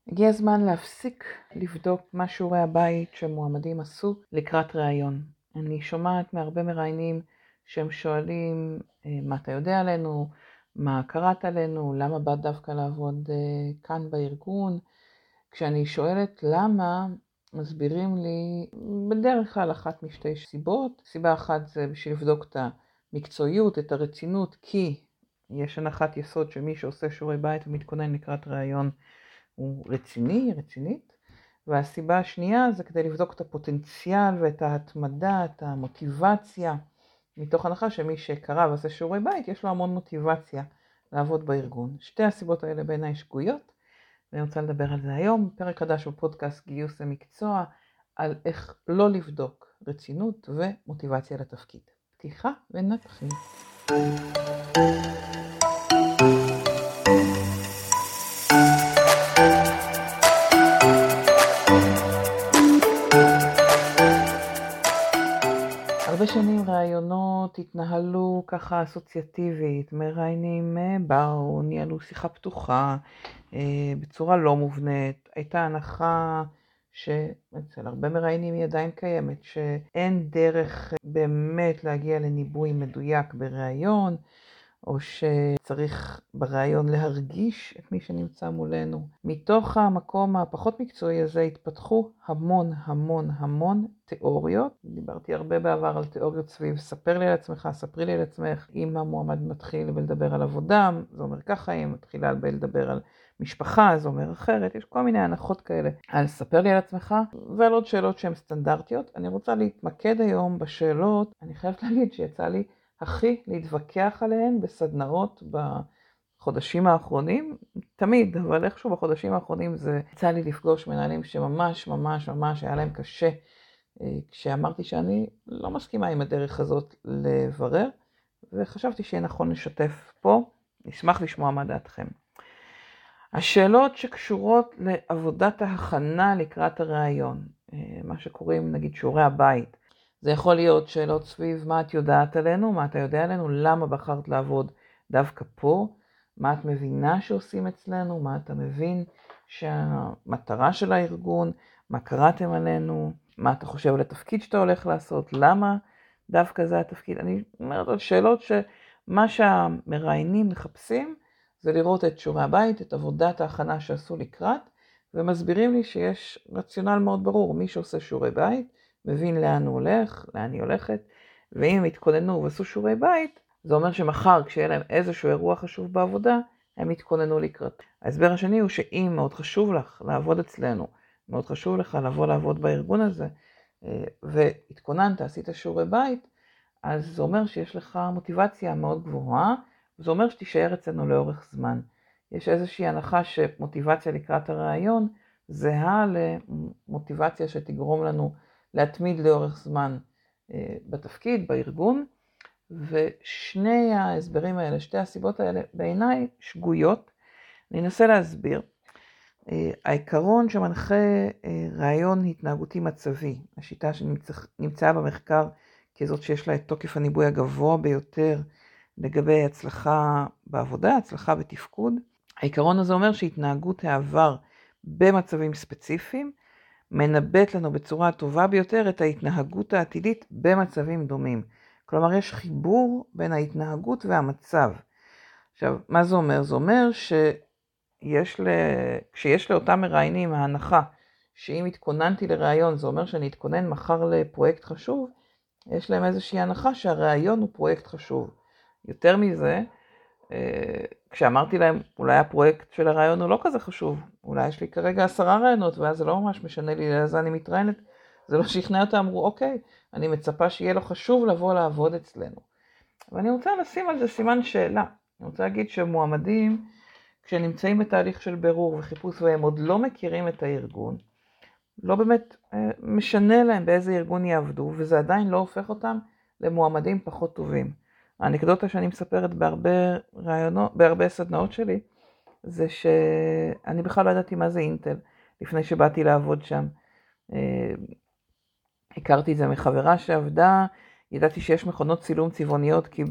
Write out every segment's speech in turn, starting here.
הגיע הזמן להפסיק לבדוק מה שיעורי הבית שמועמדים עשו לקראת ראיון. אני שומעת מהרבה מראיינים שהם שואלים מה אתה יודע עלינו, מה קראת עלינו, למה באת דווקא לעבוד כאן בארגון. כשאני שואלת למה, מסבירים לי בדרך כלל אחת משתי סיבות. סיבה אחת זה בשביל לבדוק את המקצועיות, את הרצינות, כי יש הנחת יסוד שמי שעושה שיעורי בית ומתכונן לקראת ראיון הוא רצינית. והסיבה השנייה זה כדי לבדוק את הפוטנציאל ואת ההתמדה, את המוטיבציה, מתוך הנחה שמי שקרא ועושה שיעורי בית יש לו המון מוטיבציה לעבוד בארגון. שתי הסיבות האלה בעיניי שגויות, ואני רוצה לדבר על זה היום. פרק חדש בפודקאסט גיוס למקצוע, על איך לא לבדוק רצינות ומוטיבציה לתפקיד. פתיחה ונתחיל. הרבה שנים רעיונות התנהלו ככה אסוציאטיבית, מראיינים באו, ניהלו שיחה פתוחה, בצורה לא מובנית. הייתה הנחה שאצל הרבה מראיינים היא עדיין קיימת, שאין דרך באמת להגיע לניבוי מדויק בראיון, או שצריך בראיון להרגיש את מי שנמצא מולנו. מתוך המקום הפחות מקצועי הזה התפתחו המון תיאוריות. דיברתי הרבה בעבר על תיאוריות סביב ספר לי על עצמך, ספרי לי על עצמך. אם המועמד מתחיל לדבר על עבודה, זה אומר ככה, אם מתחילה לדבר על משפחה, זה אומר אחרת. יש כל מיני הנחות כאלה על ספר לי על עצמך, ועל עוד שאלות שהן סטנדרטיות. אני רוצה להתמקד היום בשאלות, אני חייבת להגיד שיצא לי הכי להתווכח עליהן בסדנאות בחודשים האחרונים, תמיד, אבל איכשהו בחודשים האחרונים זה יצא לי לפגוש מנהלים שממש היה להם קשה, כשאמרתי שאני לא מסכימה עם הדרך הזאת לברר, וחשבתי שיהיה נכון לשתף פה. נשמח לשמוע מה דעתכם. השאלות שקשורות לעבודת ההכנה לקראת הראיון, מה שקוראים נגיד שיעורי הבית, זה יכול להיות שאלות סביב מה את יודעת עלינו, מה אתה יודע עלינו, למה בחרת לעבוד דווקא פה, מה את מבינה שעושים אצלנו, מה אתה מבין שהמטרה של הארגון, מה קראתם עלינו, מה אתה חושב על התפקיד שאתה הולך לעשות, למה דווקא זה התפקיד. אני אומרת עוד שאלות שמה שהמראיינים מחפשים זה לראות את שיעורי הבית, את עבודת ההכנה שעשו לקראת, ומסבירים לי שיש רציונל מאוד ברור, מי שעושה שיעורי בית, מבין לאן הוא הולך, לאן היא הולכת, ואם הם התכוננו ועשו שיעורי בית, זה אומר שמחר כשיהיה להם איזשהו אירוע חשוב בעבודה, הם התכוננו לקראת. ההסבר השני הוא שאם מאוד חשוב לך לעבוד אצלנו, מאוד חשוב לך לבוא לעבוד בארגון הזה, והתכוננת, עשית שיעורי בית, אז זה אומר שיש לך מוטיבציה מאוד גבוהה, וזה אומר שתישאר אצלנו לאורך זמן. יש איזושהי הנחה שמוטיבציה לקראת הרעיון זהה למוטיבציה שתגרום לנו להתמיד לאורך זמן בתפקיד, בארגון, ושני ההסברים האלה, שתי הסיבות האלה, בעיניי שגויות. אני אנסה להסביר. העיקרון שמנחה רעיון התנהגותי מצבי, השיטה שנמצאה במחקר כזאת שיש לה את תוקף הניבוי הגבוה ביותר לגבי הצלחה בעבודה, הצלחה בתפקוד. העיקרון הזה אומר שהתנהגות העבר במצבים ספציפיים מנבט לנו בצורה הטובה ביותר את ההתנהגות העתידית במצבים דומים. כלומר, יש חיבור בין ההתנהגות והמצב. עכשיו, מה זה אומר? זה אומר כשיש לאותם מראיינים ההנחה שאם התכוננתי לראיון, זה אומר שאני אתכונן מחר לפרויקט חשוב, יש להם איזושהי הנחה שהראיון הוא פרויקט חשוב. יותר מזה, כשאמרתי להם, אולי הפרויקט של הרעיון הוא לא כזה חשוב, אולי יש לי כרגע 10 רעיונות, ואז זה לא ממש משנה לי, אז אני מתראיינת, זה לא שכנע אותם, אמרו, אוקיי, אני מצפה שיהיה לו חשוב לבוא לעבוד אצלנו. ואני רוצה לשים על זה סימן שאלה. אני רוצה להגיד שמועמדים, כשנמצאים בתהליך של בירור וחיפוש והם עוד לא מכירים את הארגון, לא באמת משנה להם באיזה ארגון יעבדו, וזה עדיין לא הופך אותם למועמדים פחות טובים. האנקדוטה שאני מספרת בהרבה סדנאות שלי, זה שאני בכלל לא ידעתי מה זה אינטל, לפני שבאתי לעבוד שם. הכרתי את זה מחברה שעבדה, ידעתי שיש מכונות צילום צבעוניות, כי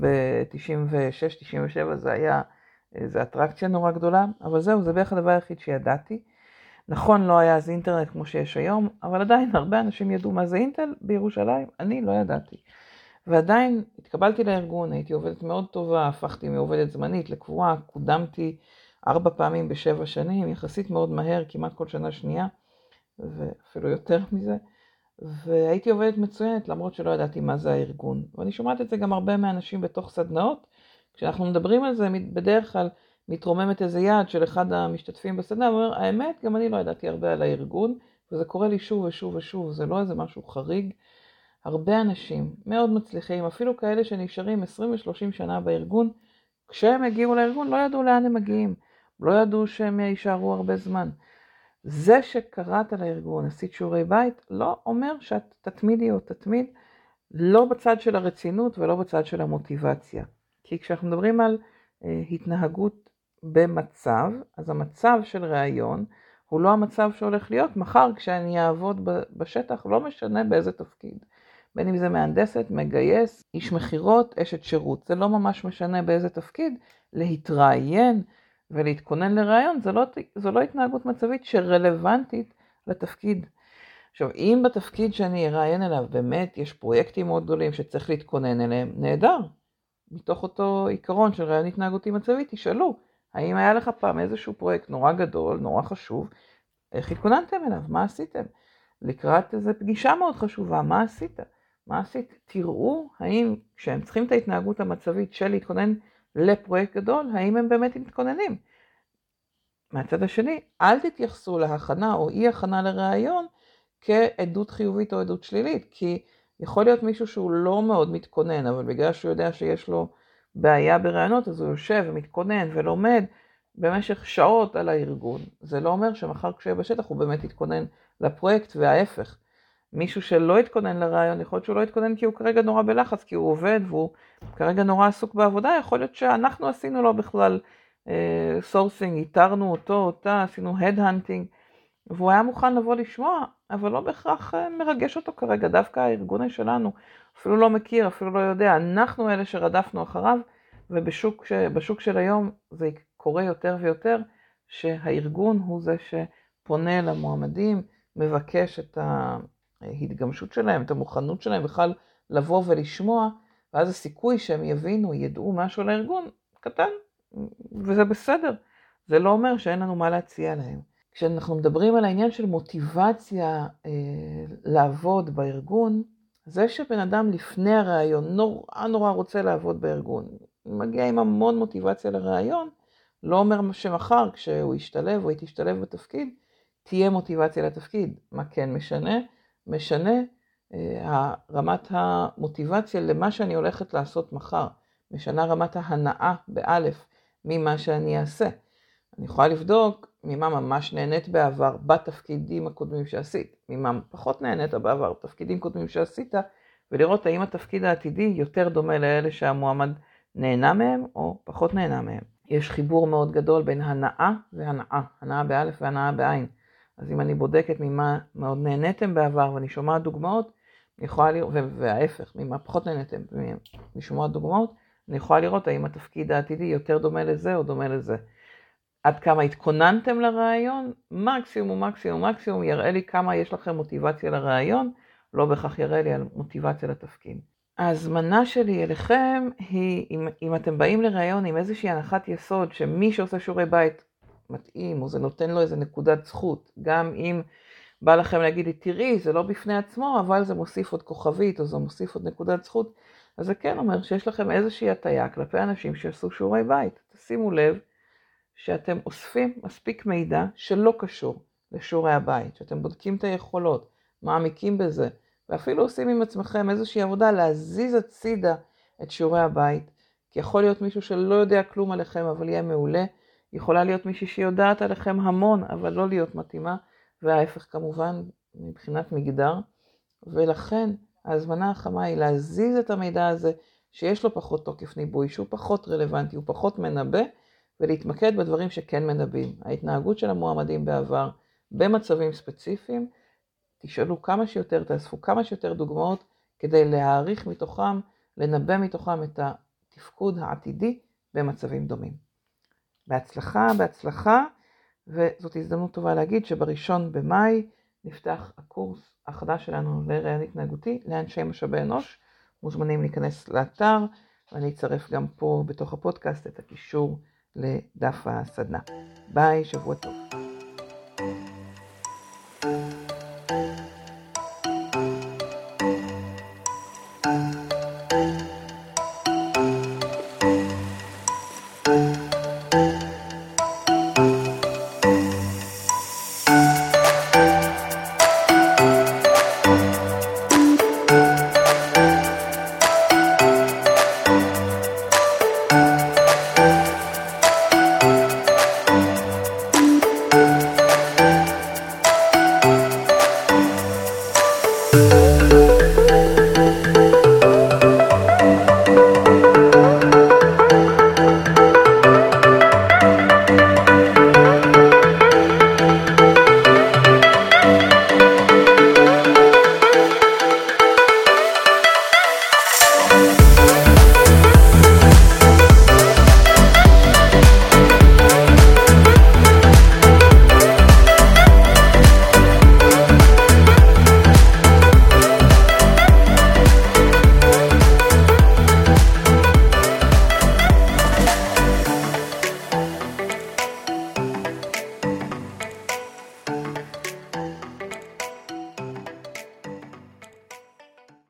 ב-96-97 זה היה איזו אטרקציה נורא גדולה, אבל זהו, זה בערך הדבר היחיד שידעתי. נכון, לא היה אז אינטרנט כמו שיש היום, אבל עדיין הרבה אנשים ידעו מה זה אינטל בירושלים, אני לא ידעתי. ועדיין התקבלתי לארגון, הייתי עובדת מאוד טובה, הפכתי מעובדת זמנית לקבועה, קודמתי 4 פעמים ב7 שנים, יחסית מאוד מהר, כמעט כל שנה שנייה, ואפילו יותר מזה. והייתי עובדת מצוינת, למרות שלא ידעתי מה זה הארגון. ואני שומעת את זה גם הרבה מהאנשים בתוך סדנאות. כשאנחנו מדברים על זה, בדרך כלל מתרוממת איזה יד של אחד המשתתפים בסדנה, ואומר, האמת, גם אני לא ידעתי הרבה על הארגון, וזה קורה לי שוב ושוב ושוב, זה לא איזה משהו חריג. הרבה אנשים מאוד מצליחים, אפילו כאלה שנשארים 20 ו-30 שנה בארגון, כשהם הגיעו לארגון לא ידעו לאן הם מגיעים, לא ידעו שהם יישארו הרבה זמן. זה שקראת לארגון, עשית שיעורי בית, לא אומר שאת תתמידי או תתמיד, לא בצד של הרצינות ולא בצד של המוטיבציה. כי כשאנחנו מדברים על התנהגות במצב, אז המצב של רעיון הוא לא המצב שהולך להיות מחר כשאני אעבוד בשטח, לא משנה באיזה תפקיד. בין אם זה מהנדסת, מגייס, איש מחירות, אשת שירות. זה לא ממש משנה באיזה תפקיד, להתראיין ולהתכונן לרעיון, זו לא התנהגות מצבית שרלוונטית לתפקיד. עכשיו, אם בתפקיד שאני אראיין אליו, באמת יש פרויקטים מאוד גדולים שצריך להתכונן אליהם, נהדר. מתוך אותו עיקרון של רעיון התנהגותי מצבית, תשאלו, האם היה לך פעם איזשהו פרויקט נורא גדול, נורא חשוב, איך התכוננתם אליו, מה עשיתם? לקראת איזו פגישה מאוד חשובה, מה עשית? מה עשית? תראו האם כשהם צריכים את ההתנהגות המצבית של להתכונן לפרויקט גדול, האם הם באמת מתכוננים. מהצד השני, אל תתייחסו להכנה או אי הכנה לרעיון כעדות חיובית או עדות שלילית, כי יכול להיות מישהו שהוא לא מאוד מתכונן, אבל בגלל שהוא יודע שיש לו בעיה ברעיונות, אז הוא יושב ומתכונן ולומד במשך שעות על הארגון. זה לא אומר שמחר כשיהיה בשטח הוא באמת יתכונן לפרויקט, וההפך. מישהו שלא יתכונן לרעיון, יכול להיות שהוא לא יתכונן כי הוא כרגע נורא בלחץ, כי הוא עובד והוא כרגע נורא עסוק בעבודה, יכול להיות שאנחנו עשינו לו בכלל סורסינג, איתרנו אותה, עשינו הדהנטינג, והוא היה מוכן לבוא לשמוע, אבל לא בהכרח מרגש אותו כרגע, דווקא הארגון שלנו אפילו לא מכיר, אפילו לא יודע, אנחנו אלה שרדפנו אחריו, ובשוק של היום זה קורה יותר ויותר, שהארגון הוא זה שפונה למועמדים, מבקש את ההתגמשות שלהם, את המוכנות שלהם, בכלל לבוא ולשמוע, ואז הסיכוי שהם יבינו, ידעו משהו לארגון, קטן, וזה בסדר. זה לא אומר שאין לנו מה להציע להם. כשאנחנו מדברים על העניין של מוטיבציה לעבוד בארגון, זה שבן אדם לפני הרעיון נורא רוצה לעבוד בארגון, מגיע עם המון מוטיבציה לרעיון, לא אומר שמחר כשהוא ישתלב או היא תשתלב בתפקיד, תהיה מוטיבציה לתפקיד. מה כן משנה? משנה רמת המוטיבציה למה שאני הולכת לעשות מחר. משנה רמת ההנאה באלף ממה שאני אעשה. אני יכולה לבדוק ממה ממש נהנית בעבר בתפקידים הקודמים שעשית, ממה פחות נהנית בעבר בתפקידים קודמים שעשית, ולראות האם התפקיד העתידי יותר דומה לאלה שהמועמד נהנה מהם או פחות נהנה מהם. יש חיבור מאוד גדול בין הנאה והנאה, הנאה באלף והנאה בעין. אז אם אני בודקת ממה מאוד נהניתם בעבר ואני שומעת דוגמאות, וההפך, ממה פחות נהניתם ואני שומעת דוגמאות, אני יכולה לראות האם התפקיד העתידי יותר דומה לזה או דומה לזה. עד כמה התכוננתם לרעיון, מקסימום יראה לי כמה יש לכם מוטיבציה לרעיון, לא בכך יראה לי על מוטיבציה לתפקיד. ההזמנה שלי אליכם היא, אם אתם באים לרעיון עם איזושהי הנחת יסוד, שמי שעושה שיעורי בית מתאים, או זה נותן לו איזה נקודת זכות, גם אם בא לכם להגיד לי, תראי, זה לא בפני עצמו, אבל זה מוסיף עוד כוכבית, או זה מוסיף עוד נקודת זכות, אז זה כן אומר שיש לכם איזושהי הטיה כלפי אנשים שעשו שיעורי בית. תשימו לב שאתם אוספים מספיק מידע שלא קשור לשיעורי הבית, שאתם בודקים את היכולות, מעמיקים בזה, ואפילו עושים עם עצמכם איזושהי עבודה להזיז הצידה את שיעורי הבית, כי יכול להיות מישהו שלא יודע כלום עליכם, אבל יהיה מעולה, יכולה להיות מישהי שיודעת עליכם המון, אבל לא להיות מתאימה, וההפך כמובן מבחינת מגדר, ולכן ההזמנה החמה היא להזיז את המידע הזה, שיש לו פחות תוקף ניבוי, שהוא פחות רלוונטי, הוא פחות מנבא, ולהתמקד בדברים שכן מנבאים. ההתנהגות של המועמדים בעבר, במצבים ספציפיים, תשאלו כמה שיותר, תאספו כמה שיותר דוגמאות, כדי להעריך מתוכם, לנבא מתוכם את התפקוד העתידי במצבים דומים. בהצלחה, וזאת הזדמנות טובה להגיד שבראשון במאי נפתח הקורס החדש שלנו לרעיון התנהגותי לאנשי משאבי אנוש. מוזמנים להיכנס לאתר, ואני אצרף גם פה בתוך הפודקאסט את הקישור לדף הסדנה. ביי, שבוע טוב.